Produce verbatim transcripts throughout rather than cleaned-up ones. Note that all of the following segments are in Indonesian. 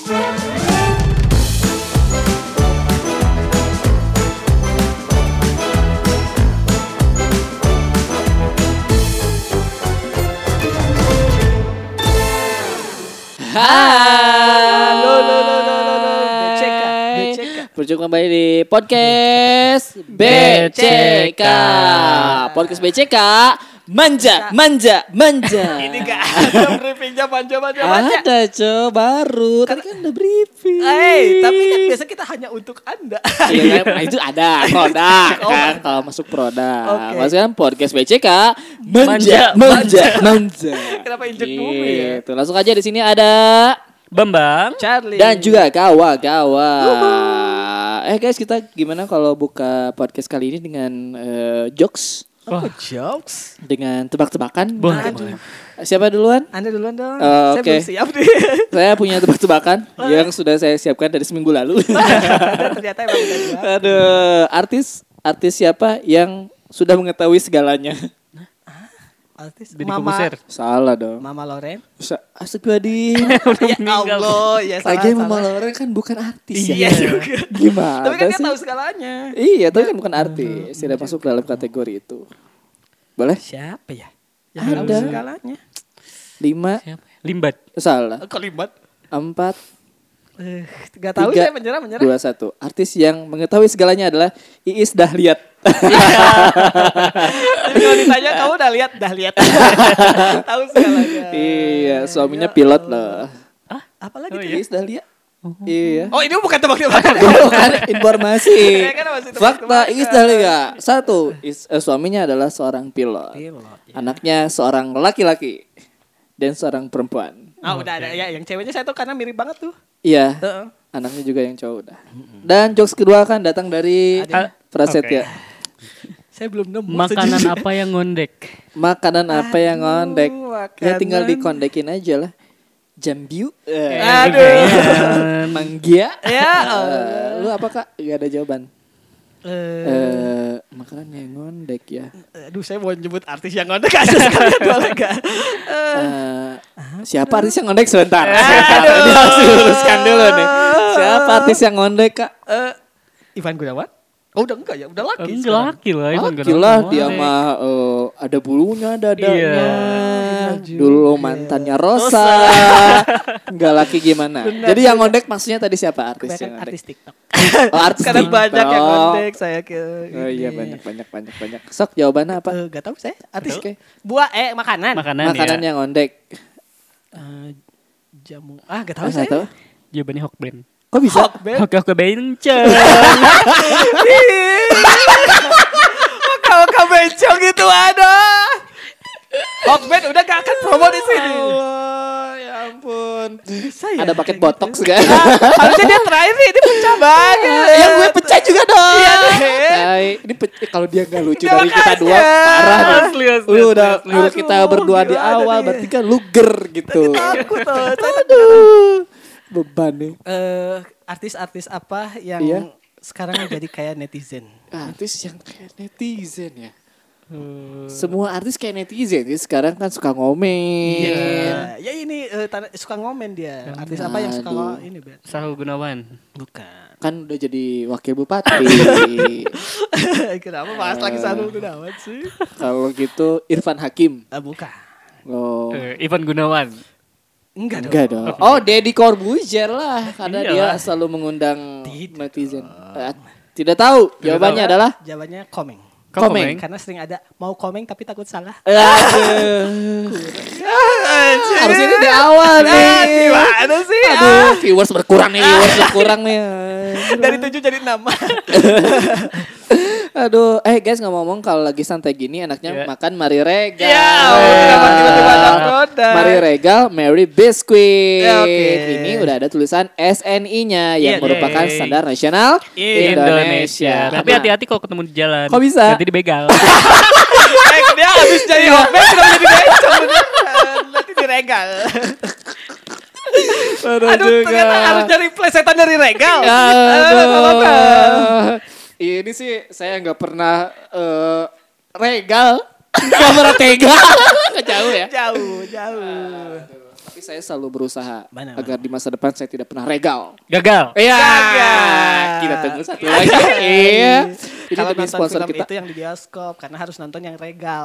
Halo, lo, lo, lo, lo, lo. B C K, B C K. Berjumpa kembali di podcast B C K. Podcast B C K manja, manja, manja. Ini gak ada briefingnya manja-manja manja. Ada co, baru. Tadi kan udah briefing. Hey, tapi kan biasa kita hanya untuk Anda. Iya kan, nah, itu ada produk kan. Kalau masuk produk, Oke. masukkan podcast B C K manja, manja, manja. Kenapa injek bumi ya? Gitu. Langsung aja di sini ada Bambang Charlie. dan juga kawa-kawa. Eh guys, kita gimana kalau buka podcast kali ini dengan eh, jokes? Oh, jokes. Dengan tebak-tebakan. Boleh, Aduh. Siapa duluan? Anda duluan dong. Oh, Saya oke. belum siap nih. Saya punya tebak-tebakan yang sudah saya siapkan dari seminggu lalu. Dan ternyata emang udah dua. Aduh, artis artis siapa yang sudah mengetahui segalanya? Artis Deddy Mama. Corbuzier. Salah dong. Mama Loren. Sa- Astagfirullahaladzim. Ya Allah, ya salah. Lagi Mama salah. Loren kan bukan artis Iya ya. juga. Gimana Tapi kan dia sih? tahu segalanya. Iya, tapi kan bukan artis. Tidak masuk dalam kategori itu. Boleh? Siapa ya? Yang tahu Ada. segalanya. Lima. Siapa? Limbat. Salah. Kelibat. Empat. Eh, gak tahu Tiga, saya menyerah menyerah. Dua, satu. Artis yang mengetahui segalanya adalah Iis Dahliat. Jadi kalau ditanya kamu udah lihat, dah lihat. Tahu segalanya. Iya, suaminya Ya pilot Allah. loh. Ah, apa lagi? Oh, tuh? iya? Iis Dahliat. Iya. Oh, ini bukan tebak-tebakan. Bukan informasi. Saya kan masih Fakta tebak-tebakan. Iis Dahliat. Satu, Iis, eh, suaminya adalah seorang pilot. Pilot, ya. Anaknya seorang laki-laki dan seorang perempuan. Ah, udah ada ya. Yang ceweknya saya tuh karena mirip banget tuh. Iya. Heeh. Anaknya juga yang cowok udah. Dan jokes kedua kan datang dari Ada. Prasetya. Saya belum nemu. Makanan sejujurnya. apa yang ngondek? Makanan apa yang Aduh, ngondek? Ya tinggal makanan. dikondekin aja lah. Jambiu. Eh, Aduh. Manggia. Ya. Eh, lu apa kak? Gak ada jawaban. Eh, Eh, makanan yang ngondek ya. aduh, saya mau nyebut artis yang ngondek aja sekalian boleh gak? Eh, Eh, siapa artis yang ngondek sebentar? Sebentar. Ini harus diluruskan dulu nih. Siapa artis yang ngondek kak? eh, Ivan Gunawan? Oh, udah enggak ya? Udah laki. Enggak sekarang. laki lah. Ivan Ah, Gunawan. gila dia Ngondek. mah eh, ada bulunya, dadanya. Iya. Dulu mantannya Rosa. Enggak laki gimana? Jadi yang ngondek maksudnya tadi siapa artis Kebanyakan yang ngondek? artis TikTok. Oh, artis Karena TikTok. banyak yang ngondek saya ke. Oh iya ini. banyak banyak banyak banyak. Sok jawabannya apa? Eh, gak tahu saya. Artis Oke. buah eh makanan. Makanan, Makanan ya. yang ngondek. Eh, jamu. Ah, gak tahu Ah, saya. nggak tahu. Jawabannya Hokben. Kok bisa? Hokben. Oke oke benceng. Kalau kau bencong gitu ada. Hokben udah gak akan promo di sini. Allah, ya ampun. Bisa ya? Ada paket kayak botox gitu. kan? Harusnya dia terakhir nih, ini pecah banget. Yang gue pecah juga dong. Iya, deh. Hai, ini pe- eh, kalau dia nggak lucu Terima dari kita kasih. dua, parah nih. Asli, asli, Lu asli, udah asli. nyuruh Aduh, kita berdua di gimana awal, nih? berarti kan lu ger gitu. Takut tuh. Saya Aduh, beban nih. Eh, artis-artis apa yang Iya. sekarang jadi kayak netizen? Artis yang kayak netizen ya. Semua artis kayak netizen ya. Sekarang kan suka ngomel. Iya. Ya ini eh, tanda- suka ngomen dia. Artis apa yang suka Aduh. ngo- ini, Ben? Sahu Gunawan. Bukan. Kan udah jadi wakil bupati. Kenapa bahas lagi Sarul Gunawan sih? Kalau gitu Irfan Hakim. Ah, bukan. Oh. Eh, Ivan Gunawan. Enggak dong. Enggak dong. Oh, Deddy Corbuzier lah karena Iya dia lah. selalu mengundang Tidak netizen. Eh, tidak tahu. Jawabannya tahu. adalah Jawabannya komeng. Kok Komeng. komeng? Karena sering ada mau komeng tapi takut salah. Aduh. Harus ini di awal nih. Ah, gimana sih? Aduh, viewers berkurang nih, viewers berkurang nih. Dari tujuh jadi enam. Aduh, eh guys ngomong-ngomong kalau lagi santai gini enaknya Iya. makan Mari Regal. Ya, kenapa tiba-tiba ada produk? Mari Regal, Mary Biscuit. Ya, oke. Ini udah ada tulisan S N I-nya yang Iya, merupakan yeay. standar nasional Indonesia. Tapi hati-hati kalau ketemu di jalan. Kok bisa? Nanti dibegal. Eh, dia habis jadi hokben sudah jadi bencong beneran. Nanti diregal. Aduh, Aduh, ternyata harus nyari plesetan dari regal. Aduh. Ini sih saya nggak pernah eh, regal, nggak pernah tega. Nggak jauh ya. Jauh, jauh. Tapi saya selalu berusaha Mana, agar di masa depan saya tidak pernah regal. Gagal. Iya. Gagal. Kita tunggu satu lagi. Iya. Jadi Kalau demi nonton sponsor film kita. itu yang di bioskop karena harus nonton yang regal.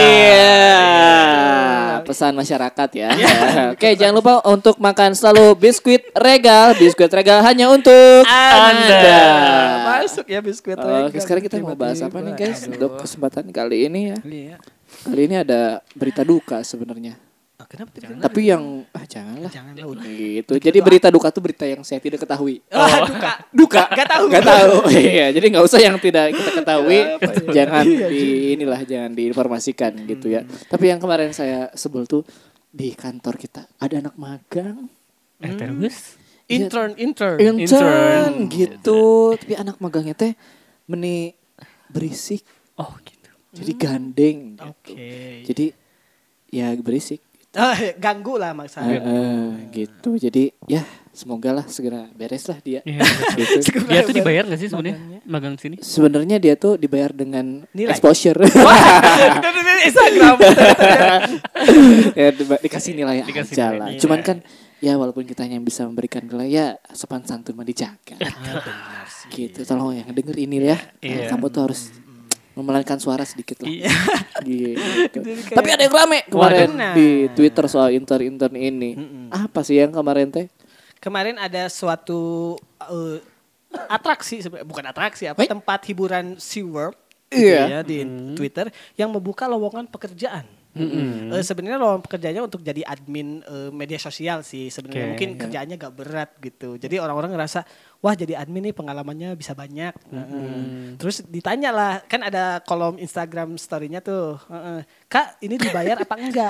Iya. Pesan masyarakat ya. Oke, jangan lupa untuk makan selalu biskuit Regal. Biskuit Regal hanya untuk Anda. Masuk ya biskuit regal. Oke, sekarang kita mau bahas apa nih guys? Untuk kesempatan kali ini ya. Iya. Kali ini ada berita duka sebenarnya. Oh, kenapa tidak? Tapi yang ah janganlah. Janganlah udah. Gitu. Jadi berita duka tuh berita yang saya tidak ketahui. Oh, duka. Duka. Gak tahu. Gak tahu. Iya, jadi nggak usah yang tidak kita ketahui. Jangan di inilah jangan diinformasikan gitu ya. Tapi yang kemarin saya sebel tuh di kantor kita ada anak magang. Eh, terus? Intern, intern. Intern, Intern. gitu. Tapi anak magangnya teh meni berisik. Oh gitu. Jadi gandeng gitu. Oke. Jadi ya berisik. Oh, ganggu lah Eh, maksudnya. eh, gitu. Jadi ya semoga lah segera beres lah dia. Iya. Gitu. Dia tuh dibayar gak sih sebenarnya magang sini? Sebenarnya dia tuh dibayar dengan Nilai. exposure. Instagram. Ya di- dikasih nilai Dikasih aja nilai. lah. Iya. Cuman kan ya walaupun kita hanya bisa memberikan nilai ya sopan santun mah dijaga. Gitu. Tolong yang denger ini ya. Iya. Kamu tuh harus memelankan suara sedikit lah. Iya. Gitu. kayak- Tapi ada yang rame kemarin Waduh. di Twitter soal intern-intern ini. Apa sih yang kemarin teh? Kemarin ada suatu eh, atraksi sebenarnya, bukan atraksi apa Hei. tempat hiburan SeaWorld gitu Iya. ya di Twitter yang membuka lowongan pekerjaan. Eh, sebenarnya lowongan pekerjaannya untuk jadi admin eh, media sosial sih sebenarnya. Oke. Mungkin kerjaannya gak berat gitu. Jadi orang-orang ngerasa wah jadi admin nih pengalamannya bisa banyak. Heeh. Terus ditanya lah, kan ada kolom Instagram story-nya tuh. Heeh. Kak, ini dibayar apa enggak?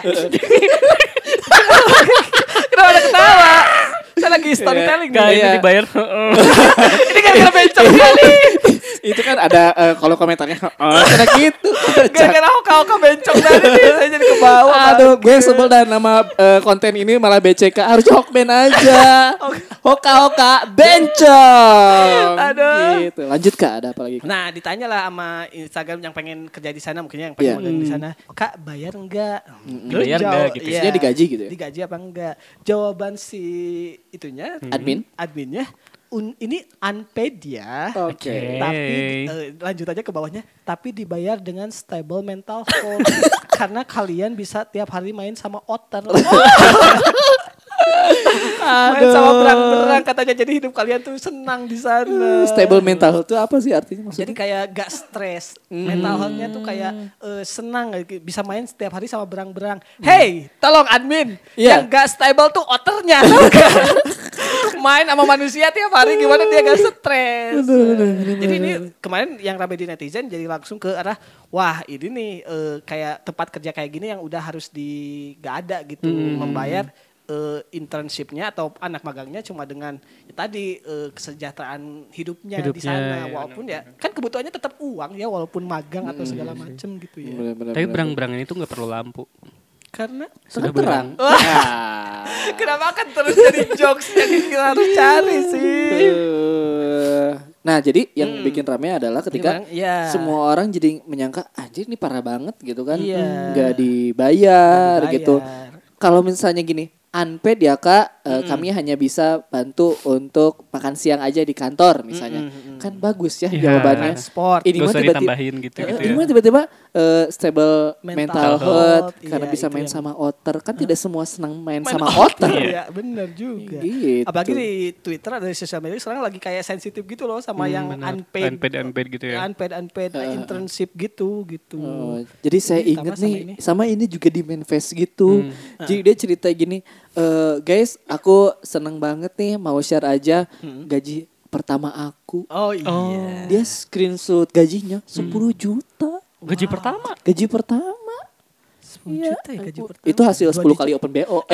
Kenapa ada ketawa? Saya lagi storytelling Kak, nih. ini Iya. dibayar. Ini gara-gara bencong kali. Itu kan ada eh, kalau komentarnya oh, karena gitu. Gara-gara hoka-hoka bencong tadi nih. Saya jadi ke bawah. Aduh, gue sebel dan nama eh, konten ini malah B C K harus Hokben aja. Hoka-hoka bencong. Aduh. Gitu. Lanjut Kak, ada apa lagi? Nah, ditanya lah sama Instagram yang pengen kerja di sana, mungkin yang pengen Iya. magang di sana. Kak, bayar enggak? Dibayar enggak gitu. Iya. Dia digaji gitu ya? Digaji apa enggak? Jawaban si itunya, Admin? adminnya, un, ini unpaid ya. Oke. Tapi eh, lanjut aja ke bawahnya. Tapi dibayar dengan stable mental health karena kalian bisa tiap hari main sama otter. Main sama berang-berang katanya, jadi hidup kalian tuh senang di sana. Stable mental itu apa sih artinya Jadi maksudnya? kayak gak stres. Mental health-nya tuh kayak eh, senang, bisa main setiap hari sama berang-berang. Hey, tolong admin, Iya. yang gak stable tuh otternya. Main sama manusia tiap hari gimana dia gak stres. Jadi ini kemarin yang rame di netizen jadi langsung ke arah wah ini nih eh, kayak tempat kerja kayak gini yang udah harus di gak ada gitu, membayar eh, internshipnya atau anak magangnya cuma dengan ya tadi eh, kesejahteraan hidupnya, di Hidupnya, sana ya. walaupun ya kan kebutuhannya tetap uang ya walaupun magang atau segala macem gitu ya. Bener-bener, Tapi bener-bener. berang-berang ini tuh nggak perlu lampu. Karena Sudah terang. kenapa kan terus jadi jokes yang kita harus cari sih? Eh, Nah, jadi yang bikin rame adalah ketika Gimana? Ya. semua orang jadi menyangka anjir ini parah banget gitu kan. Iya. Nggak dibayar, Nggak gitu. dibayar. Kalau misalnya gini, unpaid ya Kak, eh, kami hanya bisa bantu untuk makan siang aja di kantor misalnya. Kan bagus ya Iya. jawabannya. Transport. Ini Gak mah usah tiba-tiba ditambahin gitu Eh, gitu ini ya. mah tiba-tiba eh, stable Mental mental, health, health iya, karena bisa itu main yang- sama otter. Kan tidak semua senang main, Main sama otter. otter. Iya, bener juga. Gitu. Apalagi di Twitter ada di sosial media sekarang lagi kayak sensitif gitu loh sama yang benar. unpaid, Unpaid, unpaid gitu ya. unpaid, unpaid internship gitu gitu. Oh, jadi saya Jadi inget tambah nih sama ini. sama ini juga di manifest gitu. Jadi dia cerita gini, "Eh, guys, aku seneng banget nih mau share aja gaji pertama aku." Oh iya. Dia screenshot gajinya sepuluh juta. Gaji pertama. Gaji pertama. sepuluh Iya. juta ya gaji pertama. Itu hasil Dua sepuluh digit. kali open B O.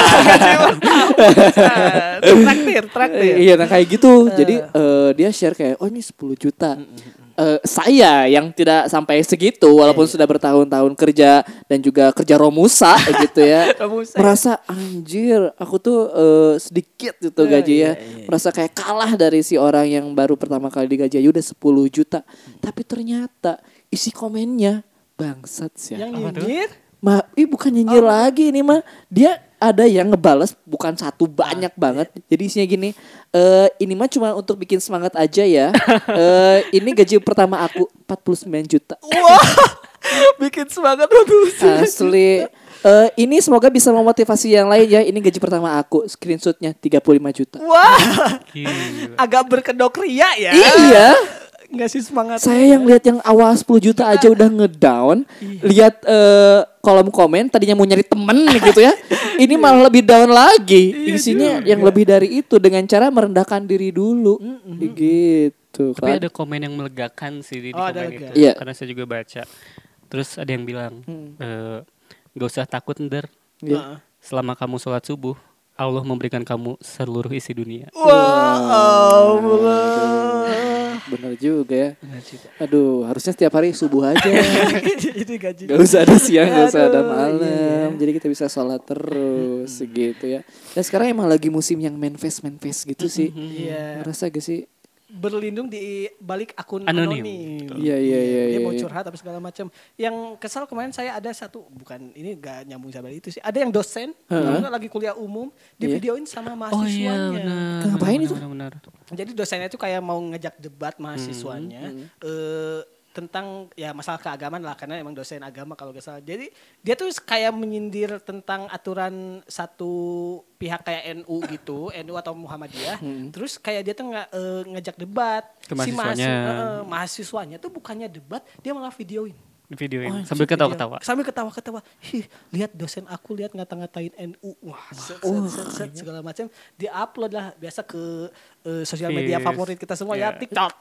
Traktir, traktir. Iya, nah kayak gitu. Jadi eh, dia share kayak, "Oh, ini sepuluh juta." Eh, saya yang tidak sampai segitu walaupun sudah bertahun-tahun kerja dan juga kerja romusa gitu ya. Romusa. Merasa anjir, aku tuh eh, sedikit gitu gaji ya. Merasa kayak kalah dari si orang yang baru pertama kali digaji aja udah sepuluh juta. Tapi ternyata isi komennya bangsat sih. Yang nyinyir Ma, ih bukan nyinyir lagi ini mah. Dia ada yang ngebales bukan satu banyak banget. Jadi isinya gini, eh ini mah cuma untuk bikin semangat aja ya. eh ini gaji pertama aku empat puluh sembilan juta. Wah, bikin semangat waduh. Asli. Eh ini semoga bisa memotivasi yang lain ya. Ini gaji pertama aku. Screenshotnya tiga puluh lima juta. Wah, Gila. agak berkedok ria ya. Iya. Ngasih semangat. Saya yang lihat yang awal sepuluh juta aja udah ngedown. Lihat eh, kolom komen tadinya mau nyari temen gitu ya. Ini malah lebih down lagi. Isinya yang lebih dari itu dengan cara merendahkan diri dulu. Gitu Tapi kan. ada komen yang melegakan sih di Oh, ada komen lega. itu. Iya. Karena saya juga baca. Terus ada yang bilang, eh, gak usah takut Nder. Heeh. Selama kamu sholat subuh, Allah memberikan kamu seluruh isi dunia. Wah, Allah. Bener juga ya. Aduh, harusnya setiap hari subuh aja. Jadi gaji. Gak usah ada siang, gak usah ada Aduh, malam. iya. Jadi kita bisa sholat terus gitu ya. Dan sekarang emang lagi musim yang manifest manifest gitu sih. Iya. Ngerasa gak sih? Berlindung di balik akun Anonim. anonim. Iya, iya, iya, Dia iya, mau iya. curhat apa segala macam. Yang kesal kemarin saya ada satu, bukan ini gak nyambung sama itu sih. Ada yang dosen, namanya lagi kuliah umum, di Iya. videoin sama Oh iya mahasiswanya. benar. Ngapain itu? Benar, benar. Jadi dosennya itu kayak mau ngejak debat mahasiswanya eh, tentang ya masalah keagamaan lah, karena emang dosen agama kalau gak salah. Jadi dia tuh kayak menyindir tentang aturan satu pihak kayak N U gitu, N U atau Muhammadiyah. Terus kayak dia tuh nge, eh, ngejak debat. Ke Si mahasi- mahasiswanya. eh, mahasiswanya tuh bukannya debat, dia malah videoin. Videoin Oh, sambil video. ketawa-ketawa. Sambil ketawa-ketawa. Hi, lihat dosen aku lihat ngata-ngatain N U. Wah, set, set, set, set, segala macam. Di-upload lah biasa ke eh, sosial media Yes. favorit kita semua ya, Yeah. TikTok.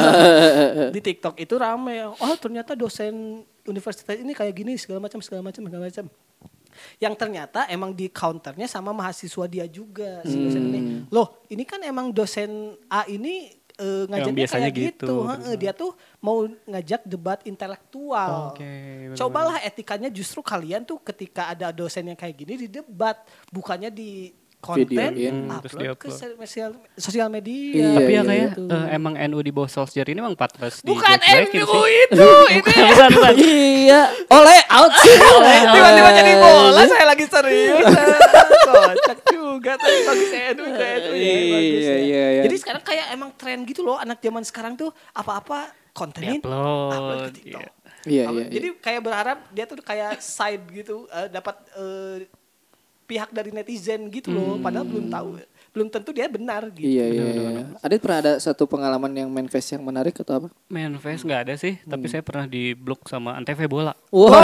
Di TikTok itu rame. Oh, ternyata dosen universitas ini kayak gini segala macam segala macam segala macam. Yang ternyata emang di counternya sama mahasiswa dia juga si dosen ini. Loh, ini kan emang dosen A ini eh, ngajarnya biasanya kayak gitu. gitu. Heeh, dia tuh mau ngajak debat intelektual. Oke, benar-benar. Cobalah etikanya justru kalian tuh ketika ada dosen yang kayak gini di debat, bukannya di konten, Videoin. Hmm, terus upload ke di-upload. sosial sosial media. Iya, Tapi ya iya, kayak gitu. eh, emang N U di bawah Solskjaer ini emang patras di Bukan jelek-jelekin N U sih. itu, ini Bukan, bukan. Iya. Oleh out sih. Oleh tiba-tiba out. jadi bola, saya lagi serius. Kocak juga tapi bagus N U ke N U ya, bagus Iya, ya. iya, iya. Jadi sekarang kayak emang tren gitu loh, anak zaman sekarang tuh apa-apa kontenin upload Di-upload. ke TikTok. Iya. Iya, Apa- iya. Jadi kayak berharap dia tuh kayak side gitu, eh, dapat eh, pihak dari netizen gitu loh, padahal belum tahu, belum tentu dia benar gitu. Iya, iya, iya. Adit pernah ada satu pengalaman yang manifest yang menarik atau apa? Manifest nggak ada sih, tapi saya pernah di blok sama Antv Bola.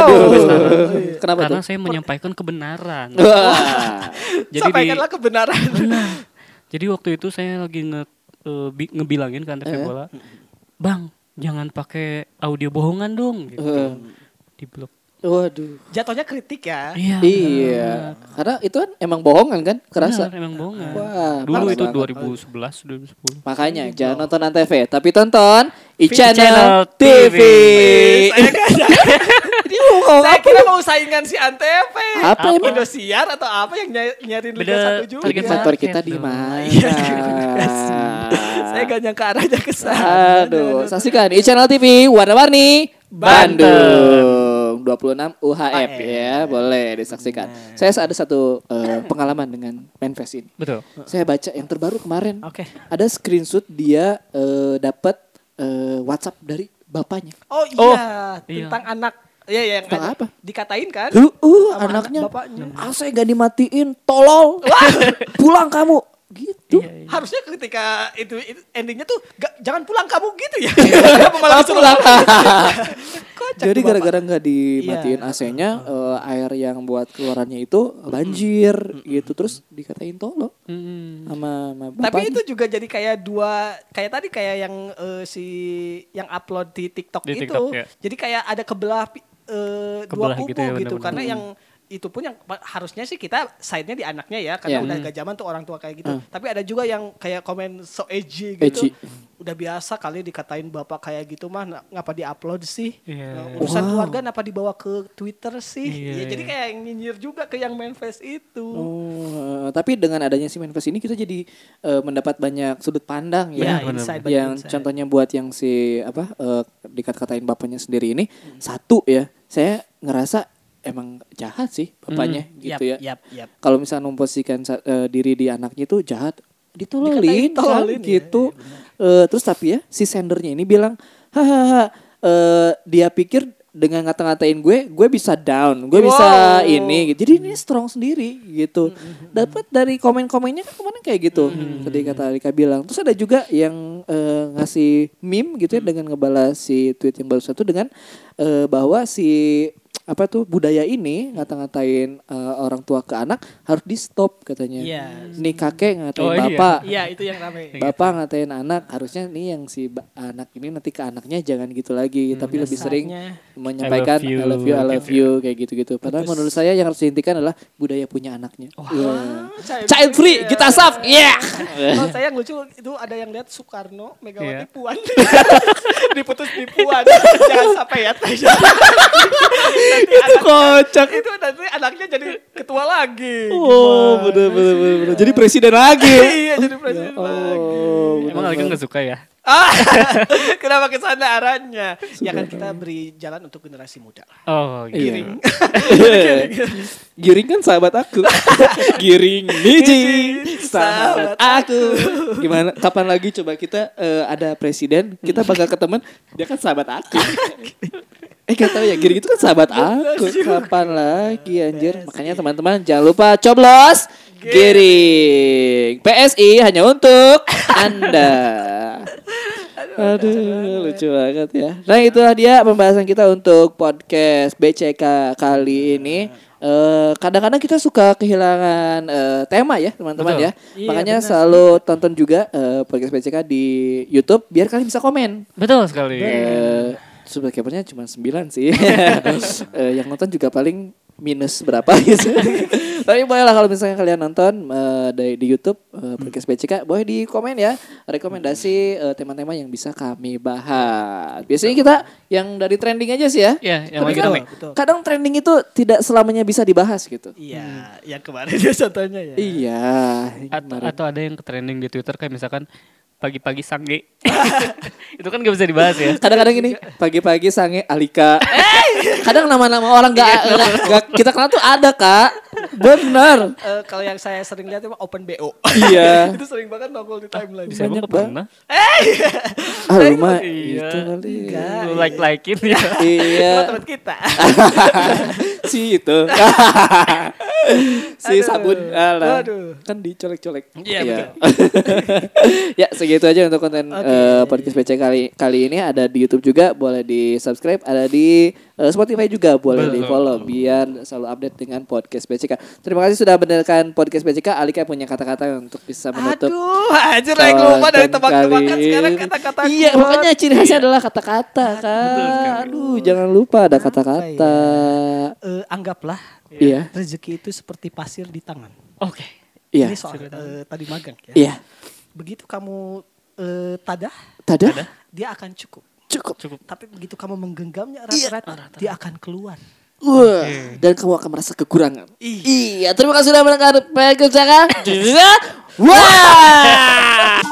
Waduh. Kenapa Karena tuh? saya menyampaikan kebenaran. Wah. Jadi di, Sampaikanlah kebenaran. jadi waktu itu saya lagi nge, eh, bi- ngebilangin ke Antv Eh. Bola, Bang, jangan pakai audio bohongan dong. Gitu. Eh. Di blok. Waduh. Jatuhnya kritik ya. Iya. Iya. Karena itu kan emang bohongan kan? Kerasa. Benar, emang bohongan. Wah, Dulu parah itu banget. dua ribu sebelas, dua ribu sepuluh. Makanya jangan nonton Antv, tapi tonton Channel e-channel T V. Saya kan Ini mau ngomong saya apa? kira mau saingan si Antv. Apa yang mau- Indosiar atau apa yang ny- nyariin Liga Beda satu juga. target Kantor market kita di dong. mana? Iya, terima kasih. Saya gak nyangka arahnya ke sana. Aduh, saksikan e-channel T V warna-warni Bandung dua puluh enam U H F ya, boleh disaksikan. Saya ada satu eh, pengalaman dengan Manfest ini. Betul. Saya baca yang terbaru kemarin. Oke. Ada screenshot dia eh, dapat eh, WhatsApp dari bapaknya. Oh iya, Oh, iya. tentang anak. Iya, iya, yang Tentang ada- apa? Dikatain kan? Uh, uh Sama anaknya, anak bapaknya. ah saya gak dimatiin, tolol, pulang kamu, gitu. Iya, Harusnya ketika itu, itu endingnya tuh gak, jangan pulang kamu gitu ya. Iya. Kenapa malah disuruh Pulang. Kocak Jadi tuh gara-gara nggak dimatiin Iya. A C-nya, eh, air yang buat keluarannya itu banjir, gitu terus dikatain tolol Hmm. sama, sama Bapak. Tapi bapaknya. itu juga jadi kayak dua, kayak tadi kayak yang eh, si yang upload di TikTok Di itu. TikTok, ya. Jadi kayak ada kebelah pi- eh, dua Kebelah kubu gitu gitu, ya, benar-benar. karena yang itu pun yang pa- harusnya sih kita side-nya di anaknya ya, karena Iya. udah Hmm. gak zaman tuh orang tua kayak gitu. Hmm. Tapi ada juga yang kayak komen so edgy gitu. Edgy. Udah biasa kali dikatain bapak kayak gitu mah, na- ngapa di-upload sih? Iya. Nah, urusan Wow. keluarga ngapa dibawa ke Twitter sih? Iya, Ya, jadi iya. kayak nyinyir juga ke yang Manfest itu. Oh, eh, tapi dengan adanya si Manfest ini kita jadi eh, mendapat banyak sudut pandang Ya, ya. benar, inside by Yang inside. contohnya buat yang si apa eh, dikat-katain bapaknya sendiri ini satu ya, saya ngerasa emang jahat sih bapaknya Hmm. gitu Yap, ya. yap, yap. Kalau misalnya memposisikan uh, diri di anaknya itu jahat, ditololin Dikatain, kan tololin, ya, gitu. Eh, terus tapi ya si sendernya ini bilang, hahaha, eh, dia pikir dengan ngata-ngatain gue, gue bisa down, gue bisa Wow. ini. Jadi ini strong sendiri gitu. Dapat dari komen-komennya kan kemarin kayak gitu. Tadi kata Alika bilang. Terus ada juga yang eh, ngasih meme gitu ya dengan ngebalas si tweet yang baru satu dengan eh, bahwa si apa tuh budaya ini ngata-ngatain eh, orang tua ke anak harus di stop katanya. Iya. Nih kakek ngatain Oh, iya. bapak. Iya, itu yang rame. Bapak ngatain anak, harusnya nih yang si ba- anak ini nanti ke anaknya jangan gitu lagi, tapi lebih sering Dasarnya. menyampaikan I I love love you, you, I love you, kayak gitu-gitu. Padahal menurut saya yang harus dihentikan adalah budaya punya anaknya. Wah. Child Child free, free, kita ya. save, yeah. Kalau saya yang lucu itu ada yang lihat Soekarno, Megawati Iya. Puan. Diputus di Puan. Jangan sampai ya. Nanti Itu kocak. itu nanti anaknya jadi ketua lagi. Oh, bener bener bener. bener. Jadi presiden lagi. Iya, jadi presiden lagi. Oh, Emang Alika nggak suka ya? Ah, kenapa ke sana arahnya? Ya kan kita beri jalan untuk generasi muda. Oh, gitu. Iya. Giring kan sahabat aku. Giring Niji, sahabat aku. Gimana? Kapan lagi coba kita eh, ada presiden, kita bakal ke teman, dia kan sahabat aku. Eh gak tahu ya, Giring itu kan sahabat aku. Kapan lagi anjir? Makanya teman-teman jangan lupa coblos Giring. P S I hanya untuk Anda. Aduh, lucu banget ya. Nah, itulah dia pembahasan kita untuk podcast B C K kali ini. Eh, kadang-kadang kita suka kehilangan eh, tema ya, teman-teman Betul. ya. Iya, Makanya benar. selalu tonton juga eh, podcast B C K di YouTube biar kalian bisa komen. Betul sekali. Eh, subscribernya cuma sembilan sih. Eh, yang nonton juga paling minus berapa gitu. Tapi bolehlah kalau misalnya kalian nonton eh, dari di YouTube eh, podcast B C K, boleh di komen ya rekomendasi eh, tema-tema yang bisa kami bahas. Biasanya kita yang dari trending aja sih ya. Iya, yang Tapi lagi kan rame. Betul. kadang trending itu tidak selamanya bisa dibahas gitu. Iya, yang kemarin dia contohnya ya. Iya. Atau, kemarin. atau ada yang trending di Twitter kayak misalkan pagi-pagi sange. Itu kan gak bisa dibahas ya. Kadang-kadang gini, pagi-pagi sange Alika. Kadang nama-nama orang gak, gak, gak kita kenal tuh ada kak. Bener. Eh, kalau yang saya sering lihat emang Open B O. Iya. Itu sering banget nongol di timeline. Saya Banyak emang pernah. Ah lu mah Iya. itu kali. Lu like-likein ya. Iya. Teman-teman kita. Si itu. Si Aduh. sabun. Alah. Waduh. Kan dicolek-colek. Iya, Ya segitu aja untuk konten Oke. eh, podcast P C kali kali ini. Ada di YouTube juga, boleh di subscribe. Ada di eh, Spotify juga, boleh di Betul. follow biar selalu update dengan podcast P C K. Terima kasih sudah mendengarkan podcast P C K. Alika punya kata-kata untuk bisa menutup. Aduh, anjir yang lupa dari tebak-tebakan sekarang kata-kata Iya, kuat. makanya ciri khasnya adalah kata-kata kan. Aduh, jangan lupa ada kata-kata. Eh, anggaplah Iya. rezeki itu seperti pasir di tangan. Oke. Iya. Ini soal eh, tadi magang ya. Iya. Begitu kamu eh, tadah, Tada? dia akan cukup. Cukup. Cukup. Tapi begitu kamu menggenggamnya Iya. erat-erat, dia akan keluar. Wah, dan kamu akan merasa kekurangan. Ih. Iya, terima kasih sudah mendengar podcast P C K. Wah.